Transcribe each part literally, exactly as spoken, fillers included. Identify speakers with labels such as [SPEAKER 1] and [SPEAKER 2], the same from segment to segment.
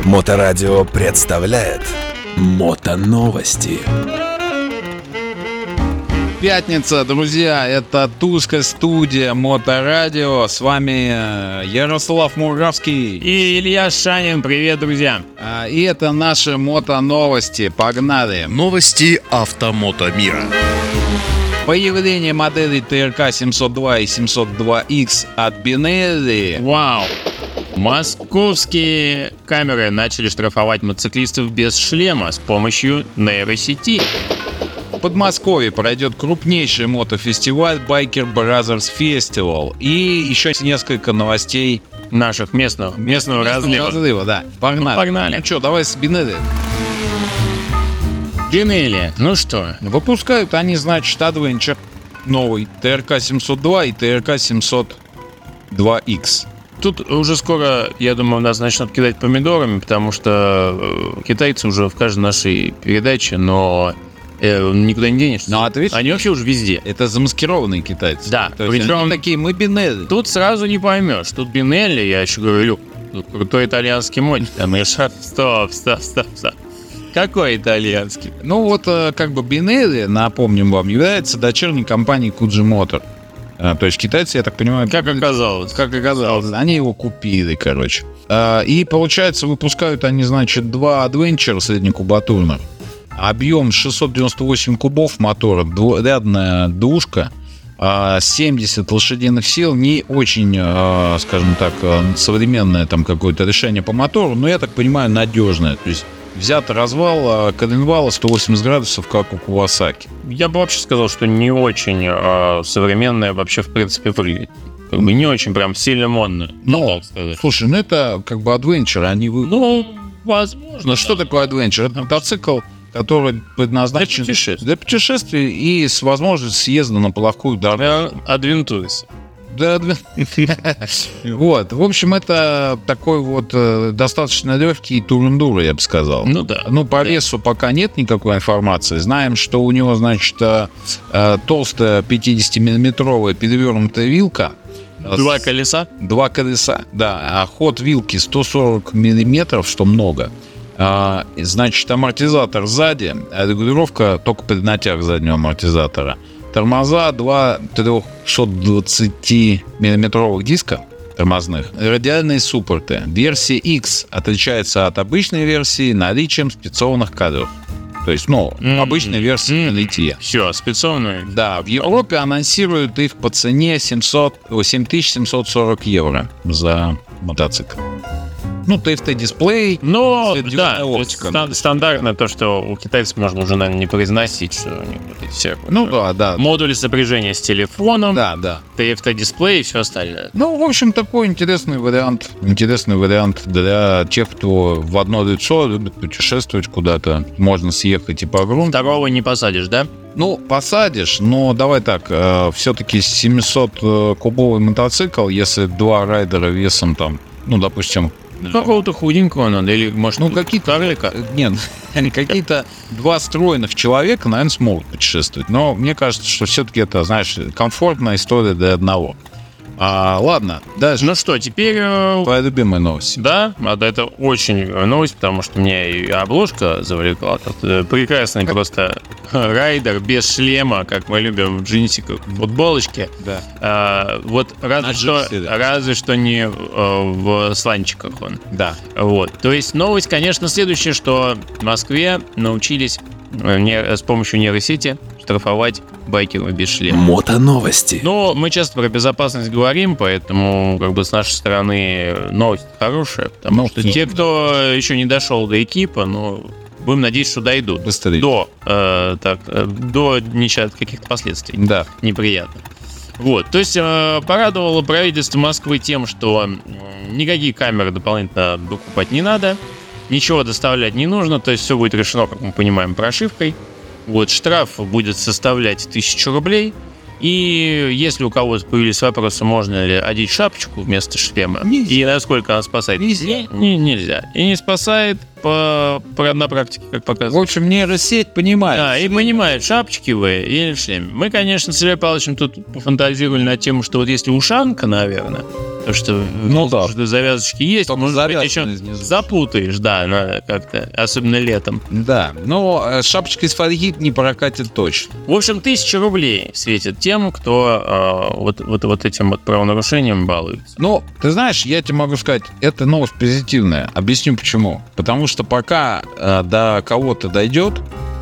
[SPEAKER 1] Моторадио представляет Мотоновости.
[SPEAKER 2] Пятница, друзья, это Тульская студия Моторадио. С вами Ярослав Муравский
[SPEAKER 3] и Илья Шанин. Привет, друзья.
[SPEAKER 2] И это наши мотоновости. Погнали.
[SPEAKER 1] Новости автомото мира.
[SPEAKER 2] Появление моделей ТРК семьсот два и семьсот два икс от Бинелли.
[SPEAKER 3] Вау. Московские камеры начали штрафовать мотоциклистов без шлема с помощью нейросети.
[SPEAKER 2] В Подмосковье пройдет крупнейший мотофестиваль Biker Brothers Festival. И еще несколько новостей
[SPEAKER 3] наших местного, местного, местного разлива.
[SPEAKER 2] разлива да. Погнали.
[SPEAKER 3] Ну, погнали.
[SPEAKER 2] Ну что, давай с Бинелли.
[SPEAKER 3] Бинелли, ну что?
[SPEAKER 2] Выпускают они, значит, Adventure новый, ТРК семьсот два и ТРК семьсот два икс.
[SPEAKER 3] Тут уже скоро, я думаю, нас начнут кидать помидорами, потому что китайцы уже в каждой нашей передаче, но э, никуда не денешься.
[SPEAKER 2] Ну, ответь,
[SPEAKER 3] они вообще уже везде.
[SPEAKER 2] Это замаскированные китайцы.
[SPEAKER 3] Да.
[SPEAKER 2] То есть они такие, мы Бинелли.
[SPEAKER 3] Тут сразу не поймешь. Тут Бинелли, я еще говорю, крутой итальянский модик. Стоп, стоп, стоп, стоп. Какой итальянский?
[SPEAKER 2] Ну вот, как бы Бинелли, напомним вам, является дочерней компанией Куджи Мотор. То есть китайцы, я так понимаю...
[SPEAKER 3] Как оказалось.
[SPEAKER 2] Как оказалось. Они его купили, короче. И, получается, выпускают они, значит, два Adventure среднекубатурных. Объем шестьсот девяносто восемь кубов мотора, двурядная двушка, семьдесят лошадиных сил. Не очень, скажем так, современное там какое-то решение по мотору, но, я так понимаю, надежное. То есть взят развал коленвала сто восемьдесят градусов, как у Кавасаки.
[SPEAKER 3] Я бы вообще сказал, что не очень а, современное вообще, в принципе, выглядит. Как бы не очень прям сильно модно.
[SPEAKER 2] Но, слушай, ну это как бы Adventure, они... Вы...
[SPEAKER 3] Ну, возможно.
[SPEAKER 2] Но что такое Adventure? Это мотоцикл, который предназначен
[SPEAKER 3] для путешествий,
[SPEAKER 2] для путешествий и с возможностью съезда на плохую дорогу.
[SPEAKER 3] Адвентурис.
[SPEAKER 2] Да, вот, в общем, это такой вот э, достаточно легкий тур-эндуро, я бы сказал.
[SPEAKER 3] Ну да.
[SPEAKER 2] Ну, по весу пока нет никакой информации. Знаем, что у него, значит, э, э, толстая пятидесятимиллиметровая перевернутая вилка.
[SPEAKER 3] Два колеса?
[SPEAKER 2] Два колеса, да. А ход вилки сто сорок миллиметров, что много. А, значит, амортизатор сзади, а регулировка только при натяг заднего амортизатора. Тормоза два трехсотдвадцатимиллиметровых диска тормозных. Радиальные суппорты. Версия X отличается от обычной версии наличием спецованных кадров. То есть, ну, mm-hmm. обычная версия mm-hmm. литья.
[SPEAKER 3] Все, спецованные.
[SPEAKER 2] Да, в Европе анонсируют их по цене семь тысяч семьсот сорок евро за мотоцикл. Ну, ти эф ти-дисплей.
[SPEAKER 3] Но, да, стан- стандартно то, что у китайцев можно уже, наверное, не произносить, что они вот эти все...
[SPEAKER 2] Ну, да, да.
[SPEAKER 3] Модули сопряжения с телефоном.
[SPEAKER 2] Да, да.
[SPEAKER 3] ти эф ти-дисплей и все остальное.
[SPEAKER 2] Ну, в общем, такой интересный вариант. Интересный вариант для тех, кто в одно лицо любит путешествовать куда-то. Можно съехать и по грунту.
[SPEAKER 3] Второго не посадишь, да?
[SPEAKER 2] Ну, посадишь, но давай так, э, все-таки семисоткубовый мотоцикл, если два райдера весом там, ну, допустим...
[SPEAKER 3] Какого-то худенького надо, или, может,
[SPEAKER 2] ну, какие-то карлика. Нет, какие-то два стройных человека, наверное, смогут путешествовать. Но мне кажется, что все-таки это, знаешь, комфортная история для одного. А, ладно, дальше.
[SPEAKER 3] Ну что, теперь...
[SPEAKER 2] Твоя любимая новость.
[SPEAKER 3] Да, это очень новость, потому что меня и обложка завлекла. Прекрасный просто райдер без шлема, как мы любим в джинсиках, в футболочке.
[SPEAKER 2] Да.
[SPEAKER 3] А, вот разве что, разве что не в сланчиках он.
[SPEAKER 2] Да.
[SPEAKER 3] Вот. То есть новость, конечно, следующая, что в Москве научились не, с помощью нейросети штрафовать байкеров без шлема.
[SPEAKER 1] Мотоновости.
[SPEAKER 3] Но мы часто про безопасность говорим, поэтому как бы с нашей стороны новость хорошая, потому ну, что ну, те, кто еще не дошел до экипа, ну, будем надеяться, что дойдут
[SPEAKER 2] быстрее.
[SPEAKER 3] до, э, так, до нечастных каких-то последствий,
[SPEAKER 2] да.
[SPEAKER 3] неприятных. Вот, то есть э, порадовало правительство Москвы тем, что никакие камеры дополнительно докупать не надо, ничего доставлять не нужно, то есть все будет решено, как мы понимаем, прошивкой. Вот, штраф будет составлять тысячу рублей. И если у кого-то появились вопросы, можно ли одеть шапочку вместо шлема, нельзя. И насколько она спасает,
[SPEAKER 2] нельзя.
[SPEAKER 3] Не, нельзя. И не спасает по, по, на практике, как показывает.
[SPEAKER 2] В общем, нейросеть понимает.
[SPEAKER 3] Да, и понимает, шапочки вы или в шлеме. Мы, конечно, с Ильей Павловичем тут пофантазировали на тему, что вот если ушанка, наверное, Потому что
[SPEAKER 2] Ну да.
[SPEAKER 3] что завязочки есть,
[SPEAKER 2] Только
[SPEAKER 3] может быть,
[SPEAKER 2] завязаны
[SPEAKER 3] еще
[SPEAKER 2] снизу.
[SPEAKER 3] запутаешь, да, надо как-то, особенно летом.
[SPEAKER 2] Да, но э, шапочка из фольги не прокатит точно.
[SPEAKER 3] В общем, тысяча рублей светит тем, кто э, вот, вот, вот этим вот правонарушением балуется.
[SPEAKER 2] Ну, ты знаешь, я тебе могу сказать, это новость позитивная. Объясню почему. Потому что пока э, до кого-то дойдет,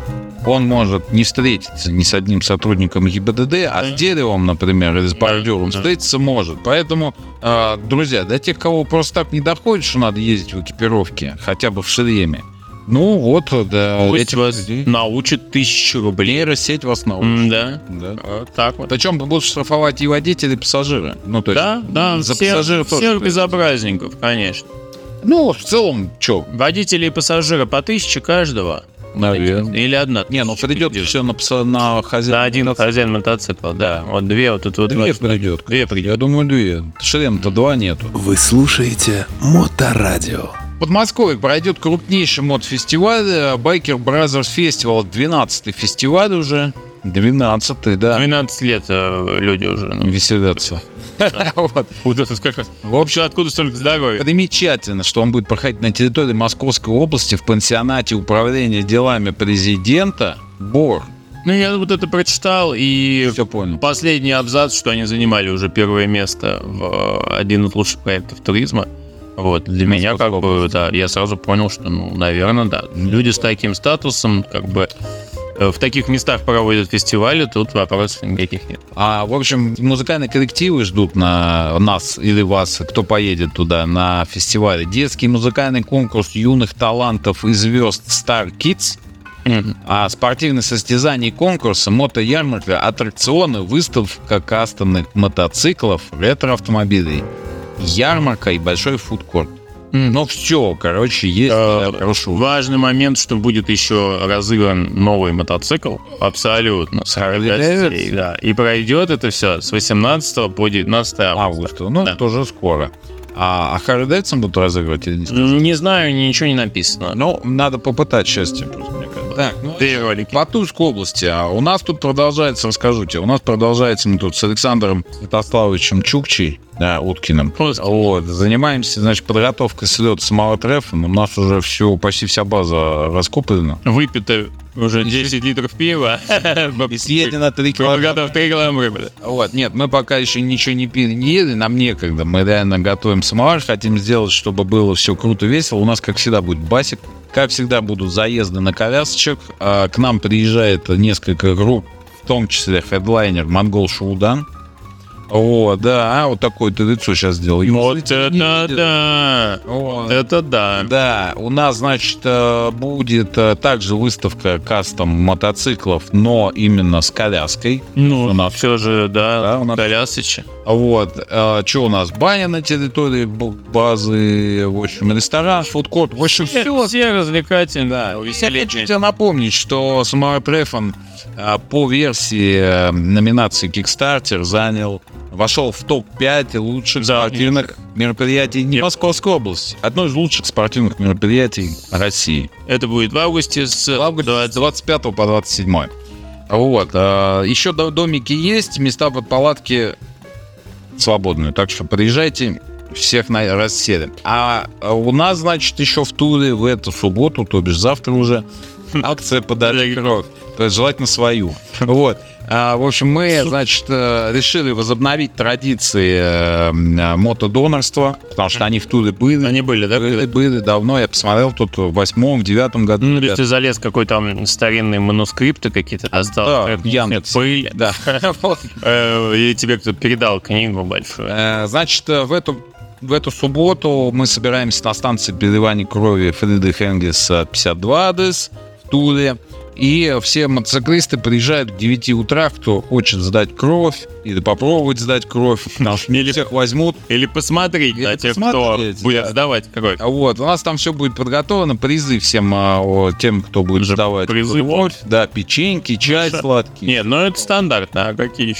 [SPEAKER 2] он может не встретиться ни с одним сотрудником ГИБДД, а с деревом, например, или с бордюром
[SPEAKER 3] Да.
[SPEAKER 2] встретиться может. Поэтому, э, друзья, для тех, кого просто так не доходит, что надо ездить в экипировке, хотя бы в шлеме, ну вот, да,
[SPEAKER 3] Пусть
[SPEAKER 2] этих
[SPEAKER 3] вас
[SPEAKER 2] людей.
[SPEAKER 3] научат тысячу рублей.
[SPEAKER 2] Нейросеть вас научит.
[SPEAKER 3] М, Да,
[SPEAKER 2] Да.
[SPEAKER 3] вот так вот.
[SPEAKER 2] Причем будут штрафовать и водители, и пассажиры. Ну, то есть,
[SPEAKER 3] Да, да,
[SPEAKER 2] за
[SPEAKER 3] всех,
[SPEAKER 2] пассажиров тоже.
[SPEAKER 3] всех безобразников, конечно.
[SPEAKER 2] Ну, в целом, что,
[SPEAKER 3] Водители и пассажиры по тысяче каждого.
[SPEAKER 2] наверное.
[SPEAKER 3] Или одна.
[SPEAKER 2] Не, ну
[SPEAKER 3] тысяча
[SPEAKER 2] придет
[SPEAKER 3] придет.
[SPEAKER 2] все на, пса- на хозяина.
[SPEAKER 3] На один хозяин мотоцикла, да. Вот две вот тут вот.
[SPEAKER 2] Две придет.
[SPEAKER 3] Две придет.
[SPEAKER 2] Я думаю, две. Шлем-то два нету.
[SPEAKER 1] Вы слушаете Моторадио.
[SPEAKER 2] В Подмосковье пройдет крупнейший мод-фестиваль э, Biker Brothers Festival. двенадцатый фестиваль уже. двенадцатый, да.
[SPEAKER 3] двенадцать лет э, люди уже. Ну,
[SPEAKER 2] Веселятся. Вот.
[SPEAKER 3] вот это сколько.
[SPEAKER 2] В общем,
[SPEAKER 3] Откуда столько здоровья?
[SPEAKER 2] примечательно, что он будет проходить на территории Московской области в пансионате управления делами президента БОР.
[SPEAKER 3] Ну, я вот это прочитал, и
[SPEAKER 2] Все понял.
[SPEAKER 3] последний абзац, что они занимали уже первое место в э, один из лучших проектов туризма. Вот, для меня как бы, да, я сразу понял, что, ну, наверное, да, люди с таким статусом, как бы, э, в таких местах проводят фестивали, тут вопросов никаких нет.
[SPEAKER 2] А, в общем, музыкальные коллективы ждут на нас или вас, кто поедет туда на фестивале. Детский музыкальный конкурс юных талантов и звезд Star Kids,
[SPEAKER 3] Мгм.
[SPEAKER 2] а спортивные состязания и конкурсы, мотоярмарка, аттракционы, выставка кастомных мотоциклов, ретро-автомобилей, ярмарка и большой фудкорт.
[SPEAKER 3] Мгм.
[SPEAKER 2] Ну все, короче, есть.
[SPEAKER 3] Э,
[SPEAKER 2] я прошу.
[SPEAKER 3] Важный момент, что будет еще разыгран новый мотоцикл, абсолютно, с
[SPEAKER 2] Harley
[SPEAKER 3] гостей, да, и пройдет это все с восемнадцатого по девятнадцатое августа.
[SPEAKER 2] Августа, ну
[SPEAKER 3] Да.
[SPEAKER 2] тоже скоро. А, а Харли Дэвидсон будут разыгрывать или нет?
[SPEAKER 3] Не знаю, ничего не написано.
[SPEAKER 2] Ну, надо попытать счастье, просто, мне кажется. Так, ну,
[SPEAKER 3] Две ролики.
[SPEAKER 2] по Тульской области. А у нас тут продолжается, расскажу тебе, у нас продолжается, мы тут с Александром Святославовичем Чукчей, да, Уткиным,
[SPEAKER 3] Просто.
[SPEAKER 2] вот, занимаемся, значит, подготовкой слета самого трефа. У нас уже все, почти вся база раскоплена.
[SPEAKER 3] Выпито уже десять литров пива.
[SPEAKER 2] И съедено три килограмма.
[SPEAKER 3] Готов три килограмма рыбы.
[SPEAKER 2] Вот, нет, мы пока еще ничего не пили, не ели, нам некогда. Мы реально готовим самовар, хотим сделать, чтобы было все круто, весело. У нас, как всегда, будет басик. Как всегда, будут заезды на колясочек. А, К нам приезжает несколько групп, в том числе хедлайнер Монгол Шоудан. О, да, а вот такое ты лицо сейчас сделал.
[SPEAKER 3] Вот
[SPEAKER 2] Зрители не
[SPEAKER 3] это
[SPEAKER 2] видят.
[SPEAKER 3] да.
[SPEAKER 2] О,
[SPEAKER 3] Это да.
[SPEAKER 2] Да, у нас, значит, э, будет э, также выставка кастом мотоциклов, но именно с коляской.
[SPEAKER 3] Ну,
[SPEAKER 2] У нас-
[SPEAKER 3] все же,
[SPEAKER 2] Да,
[SPEAKER 3] да,
[SPEAKER 2] у нас-
[SPEAKER 3] колясочи.
[SPEAKER 2] Вот, что у нас? Баня на территории б- базы, в общем, ресторан, фудкорт, в общем,
[SPEAKER 3] Все,
[SPEAKER 2] все.
[SPEAKER 3] все развлекательные, да,
[SPEAKER 2] Я хочу
[SPEAKER 3] увеселительные.
[SPEAKER 2] тебе напомнить, что Smart Refn а, по версии э, номинации Kickstarter занял, вошел в топ пять лучших
[SPEAKER 3] Да.
[SPEAKER 2] спортивных мероприятий не Московской области. Одно из лучших спортивных мероприятий России.
[SPEAKER 3] Это будет в августе с
[SPEAKER 2] В августе с двадцать пятого по двадцать седьмое. Вот. а, Еще до- домики есть, места под палатки свободные. Так что приезжайте, всех на расселим. А а у нас, значит, еще в Туле в эту субботу, то бишь завтра уже, акция «Подари кровь». То есть желательно свою. Вот. А, в общем, мы, значит, э, решили возобновить традиции э, м, мотодонорства, потому что они в Туле были.
[SPEAKER 3] Они были, да?
[SPEAKER 2] Были, были давно, я посмотрел тут в восьмом, в девятом году.
[SPEAKER 3] Ну,
[SPEAKER 2] ребят.
[SPEAKER 3] ты залез какой-то там старинные манускрипты какие-то, остался.
[SPEAKER 2] Да,
[SPEAKER 3] Это
[SPEAKER 2] Яндекс.
[SPEAKER 3] Пыль.
[SPEAKER 2] Да. Вот.
[SPEAKER 3] Э, И тебе кто-то передал книгу большую.
[SPEAKER 2] Э, Значит, э, в эту в эту субботу мы собираемся на станции переливания крови Фридрих Энгельс пятьдесят два адрес в Туле. И все мотоциклисты приезжают к девяти утра, кто хочет сдать кровь или попробовать сдать кровь. Потому что не всех возьмут.
[SPEAKER 3] Или посмотреть
[SPEAKER 2] Или
[SPEAKER 3] на тех,
[SPEAKER 2] посмотреть,
[SPEAKER 3] кто будет
[SPEAKER 2] да.
[SPEAKER 3] сдавать кровь.
[SPEAKER 2] А Вот, у нас там все будет подготовлено, призы всем а, о, тем, кто будет
[SPEAKER 3] Уже
[SPEAKER 2] сдавать
[SPEAKER 3] призы
[SPEAKER 2] кровь. Да, печеньки, чай
[SPEAKER 3] Ша-
[SPEAKER 2] сладкий.
[SPEAKER 3] Нет, ну это стандартно, а какие еще?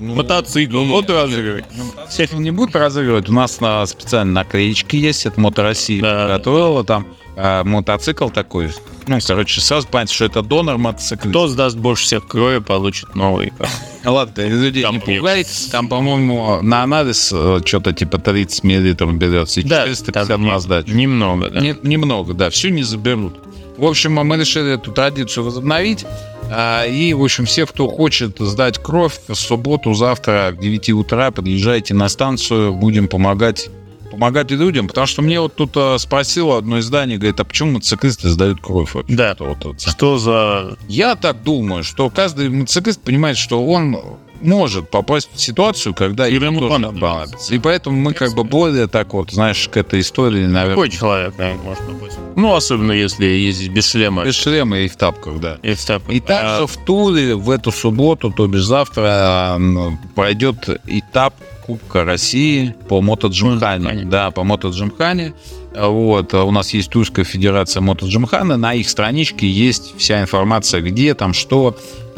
[SPEAKER 2] Ну,
[SPEAKER 3] Мотоцикл, вот разыгрывать.
[SPEAKER 2] Всех не будет разыгрывать. У нас на, специально наклеечки есть, это Мото Россия
[SPEAKER 3] Да.
[SPEAKER 2] готовила там а, мотоцикл такой. Ну, короче, сразу понятно, что это донор мотоцикл.
[SPEAKER 3] Кто сдаст больше всех крови, получит новый.
[SPEAKER 2] Ладно, людей
[SPEAKER 3] Там
[SPEAKER 2] не
[SPEAKER 3] есть.
[SPEAKER 2] пугайте. Там, по-моему, на анализ э, что-то типа тридцать миллилитров берется. И
[SPEAKER 3] Да,
[SPEAKER 2] четыреста пятьдесят
[SPEAKER 3] там
[SPEAKER 2] на сдачу.
[SPEAKER 3] немного, да.
[SPEAKER 2] Не- немного, да, все не заберут. В общем, мы решили эту традицию возобновить. А, И, в общем, все, кто хочет сдать кровь, в субботу, завтра к девяти утра подъезжайте на станцию, будем помогать помогать людям, потому что мне вот тут а, спросило одно издание, говорит, а почему мотоциклисты сдают кровь вообще?
[SPEAKER 3] Да.
[SPEAKER 2] Что вот это?
[SPEAKER 3] Что за...
[SPEAKER 2] Я так думаю, что каждый мотоциклист понимает, что он может попасть в ситуацию, когда
[SPEAKER 3] Или
[SPEAKER 2] ему
[SPEAKER 3] ему
[SPEAKER 2] тоже
[SPEAKER 3] понадобится.
[SPEAKER 2] понадобится. И поэтому мы как бы более так вот, знаешь, к этой истории, наверное,
[SPEAKER 3] Какой человек, наверное, может попасть? Ну, особенно если ездить без шлема.
[SPEAKER 2] без шлема и в тапках, да.
[SPEAKER 3] И в тапках.
[SPEAKER 2] И также в Туле в эту субботу, то бишь завтра, м, пройдет этап Кубка России по мотоджимхане.
[SPEAKER 3] Мотоджимхане.
[SPEAKER 2] Да, по мотоджимхане. Вот, у нас есть Тульская федерация мотоджимхана, на их страничке есть вся информация, где там, что,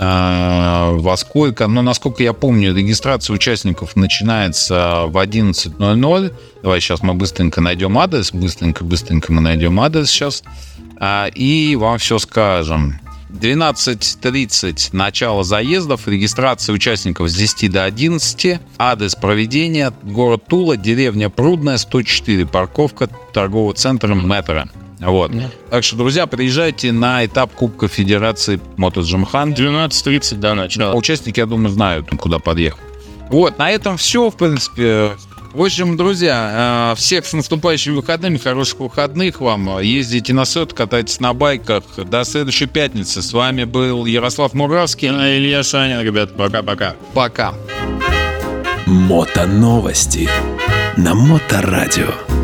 [SPEAKER 2] э, во сколько. Но, насколько я помню, регистрация участников начинается в одиннадцать ноль ноль. Давай сейчас мы быстренько найдем адрес, быстренько-быстренько мы найдем адрес сейчас, а, и вам все скажем. двенадцать тридцать начало заездов, регистрация участников с десяти до одиннадцати, адрес проведения город Тула, деревня Прудная, сто четыре, парковка торгового центра Метро. Вот.
[SPEAKER 3] Да.
[SPEAKER 2] Так что, друзья, приезжайте на этап Кубка Федерации мотоджимхан.
[SPEAKER 3] двенадцать тридцать до начала.
[SPEAKER 2] Участники, я думаю, знают, куда подъехать. Вот, на этом все, в принципе. В общем, друзья, э, всех с наступающими выходными, хороших выходных вам. Ездите на сет, катайтесь на байках. До следующей пятницы. С вами был Ярослав Муравский.
[SPEAKER 3] А, Илья Шанин, ребят, пока-пока.
[SPEAKER 2] Пока.
[SPEAKER 1] Мотоновости на Моторадио.